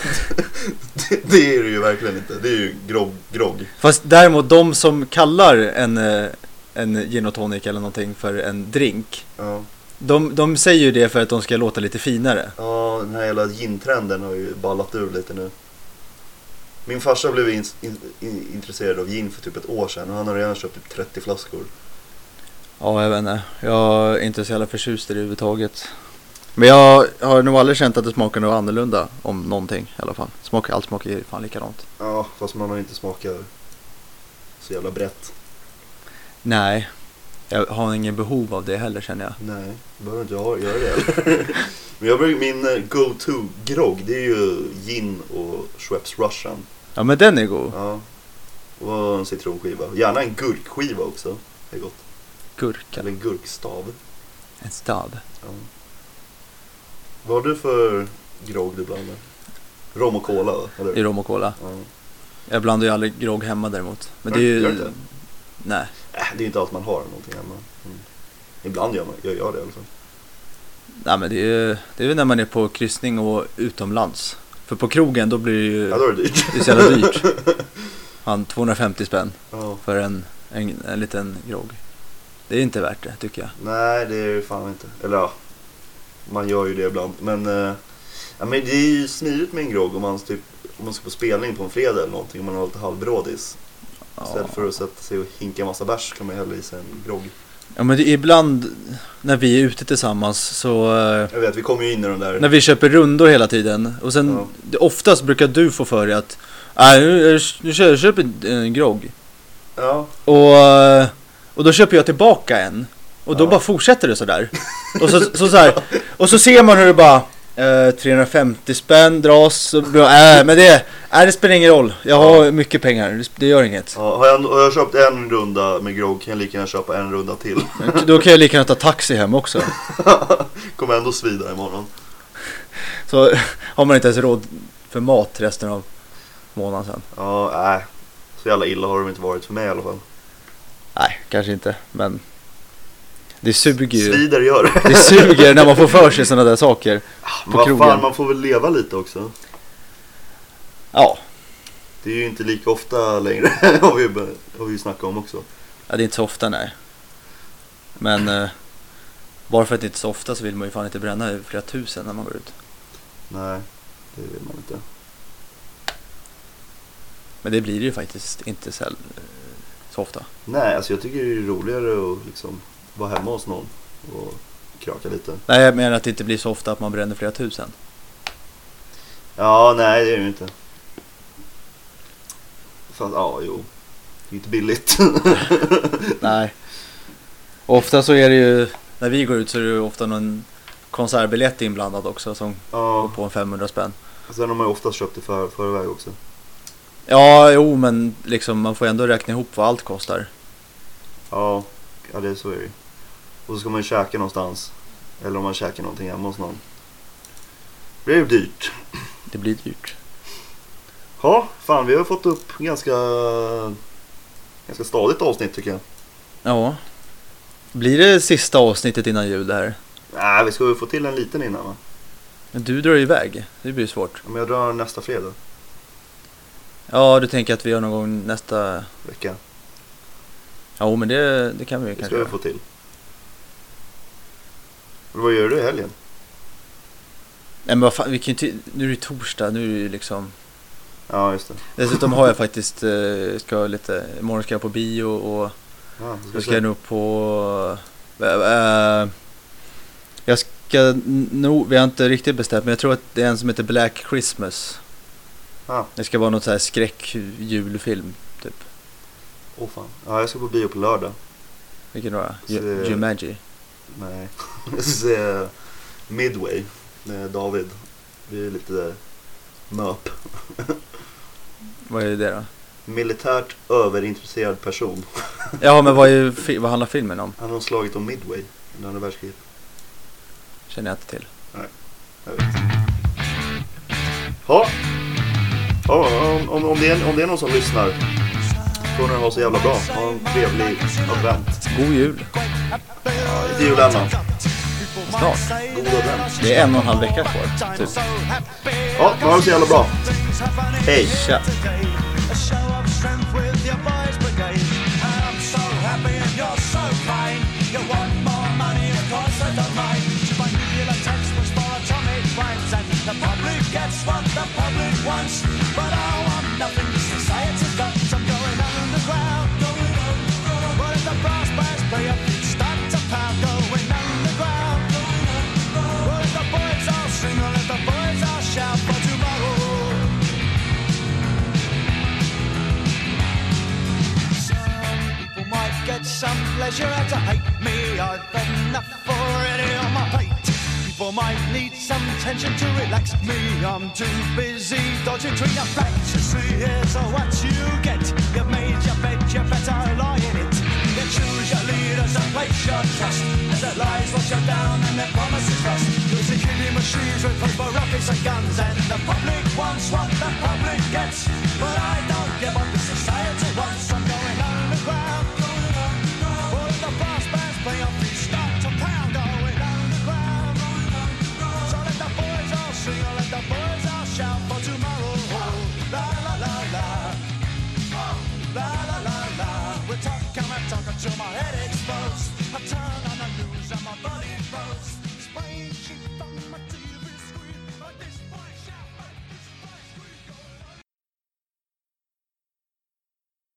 det, det är det ju verkligen inte. Det är ju grogg, grogg. Fast däremot de som kallar en, en gin och tonic eller någonting för en drink, Ja. de, de säger ju det för att de ska låta lite finare. Ja, den här jävla gin-trenden har ju ballat ur lite nu. Min farsa blev in, in, in, intresserad av gin för typ ett år sedan och han har redan köpt typ trettio flaskor. Ja, jag vet inte. Jag är inte så jävla förtjust i det överhuvudtaget. Men jag har nog aldrig känt att det smakar något annorlunda om någonting i alla fall. Smakar, allt smakar ju fan likadant. Ja, fast man har inte smakat så jävla brett. Nej, jag har ingen behov av det heller, känner jag. Nej, behöver inte jag göra det heller. Men jag brukar, min go-to-grogg, det är ju gin och Schweppes Russian. Ja, men den är god. Ja. Och en citronskiva. Gärna en gurkskiva också. Det är gott. Gurka. Eller en gurkstav. En stav. Ja. Vad har du för grogg du blandar? Rom och cola, eller? I rom och cola. Ja. Jag blandar ju aldrig grogg hemma däremot. Men det är Gör ju... du inte? Nej. Äh, det är inte allt man har någonting hemma. Mm. Ibland gör man, jag gör det i alla fall. Nej, men det är, det är väl när man är på kryssning och utomlands. För på krogen då blir det ju... Ja, då är det dyrt. Det är så jävla dyrt. Han tvåhundrafemtio spänn Ja. för en, en, en liten grogg. Det är inte värt det, tycker jag. Nej, det är det fan inte. Eller ja, man gör ju det ibland. Men, eh, ja, men det är ju smidigt med en grogg om man, typ, om man ska på spelning på en fredag eller någonting. Om man har lite halvbrådis. Ja. Istället för att sätta sig och hinka massa bärs kan man hälla i sig en grogg. Ja, men det, ibland när vi är ute tillsammans så... eh, Jag vet, vi kommer ju in i den där... När vi köper rundor hela tiden. Och sen, Ja. det, oftast brukar du få för dig att... Nej, nu, nu köper jag köper en grogg. Ja, Och, eh, och då köper jag tillbaka en. Och då Ja. bara fortsätter det sådär. Och så, så, så här, och så ser man hur det bara... Eh, trehundrafemtio spänn dras. Och, äh, men det, äh, det spelar ingen roll. Jag har mycket pengar. Det, det gör inget. ja har, jag, har jag köpt en runda med grogg kan jag lika gärna köpa en runda till. Då kan jag lika gärna ta taxi hem också. Kommer ändå svida imorgon. Så har man inte ens råd för mat resten av månaden sen. Ja, nej. Så jävla illa har de inte varit för mig i alla fall. Nej, kanske inte. Men det suger ju. Svider gör det. Det suger när man får för sig sådana där saker. Men på vad krogen. fan, man får väl leva lite också. Ja, Det är ju inte lika ofta längre. har vi har vi ju snackat om också. ja, det är inte så ofta, nej. Men eh, bara för att det inte är så ofta så vill man ju fan inte bränna flera tusen när man går ut. Nej, det vill man inte. Men det blir det ju faktiskt inte så, så ofta. Nej, alltså jag tycker det är roligare att liksom vara hemma hos någon och kraka lite. Nej, jag menar att det inte blir så ofta att man bränner flera tusen. Ja, nej det är det ju inte. Fast, ja, jo. Det är inte billigt. Nej. Och ofta så är det ju, när vi går ut så är det ju ofta någon konsertbiljett inblandad också som Ja, går på en femhundra spänn. sen har man ju oftast köpt det för, förväg också. Ja, jo, men liksom man får ändå räkna ihop vad allt kostar. Ja, ja det är så är det. Och så ska man ju käka någonstans. Eller om man käkar någonting hemma hos någon. Det är ju dyrt. Det blir dyrt. Ja, fan vi har fått upp ganska ganska stadigt avsnitt tycker jag. Ja. Blir det sista avsnittet innan jul det här? Nej, vi ska ju få till en liten innan va? Men du drar iväg. Det blir svårt. Men jag drar nästa fredag Ja, du tänker att vi gör någon gång nästa... vecka. Ja, men det, det kan vi Det kanske ska vi göra. få till. Och vad gör du i helgen? Nej, men vad fan, vi kan ju inte... Nu är det torsdag, nu är det ju liksom... Ja, just det. Dessutom har jag faktiskt... Eh, ska lite... Imorgon ska jag på bio och... Ja, Jag ska nog på... Äh, jag ska nog... Vi har inte riktigt bestämt, men jag tror att det är en som heter Black Christmas. Ja. Det ska vara något så här skräck-julfilm, typ. Åh fan. Ja, jag ska på bio på lördag. Vilken då? Så- Ju- Jumanji. Nej. Jag ska se Midway med David. Vi är lite möp. Vad är det då? Militärt överintresserad person. Ja, men vad, är, fi- vad handlar filmen om? Han har slagit om Midway under andra världskriget. Känner jag inte till. Jag vet. Ja. Ja, om, om, om, det är, om det är någon som lyssnar får ni ha så jävla bra. Ha en trevlig advent. God jul. Ja, inte jul ännu. Snart. God advent. Det är en och en halv vecka kvar, typ. Ja, ha det så jävla bra. Hej. Tja. A show of strength with your boys brigade. I'm so happy and you're so fine. You want more money, of course I don't mind. You buy nuclear textbooks for atomic crimes, and the public gets what the public wants. But I want nothing. Society's got some going on in the ground. Going on the ground. But if the brass bands play up, start to pound. Going on the ground. Going on the ground. Well, if the boys all sing, or if the boys all shout for tomorrow. Get some pleasure out to hate me. I've had enough already on my plate. People might need some some tension to relax. Me, I'm too busy dodging between the facts. You see, here's what you get. You've made your bed, you better lie in it. You choose your leaders and place your trust. As their lies wash you down and their promises rust. There's a killing machines with for rockets and guns. And the public wants what the public gets. But I don't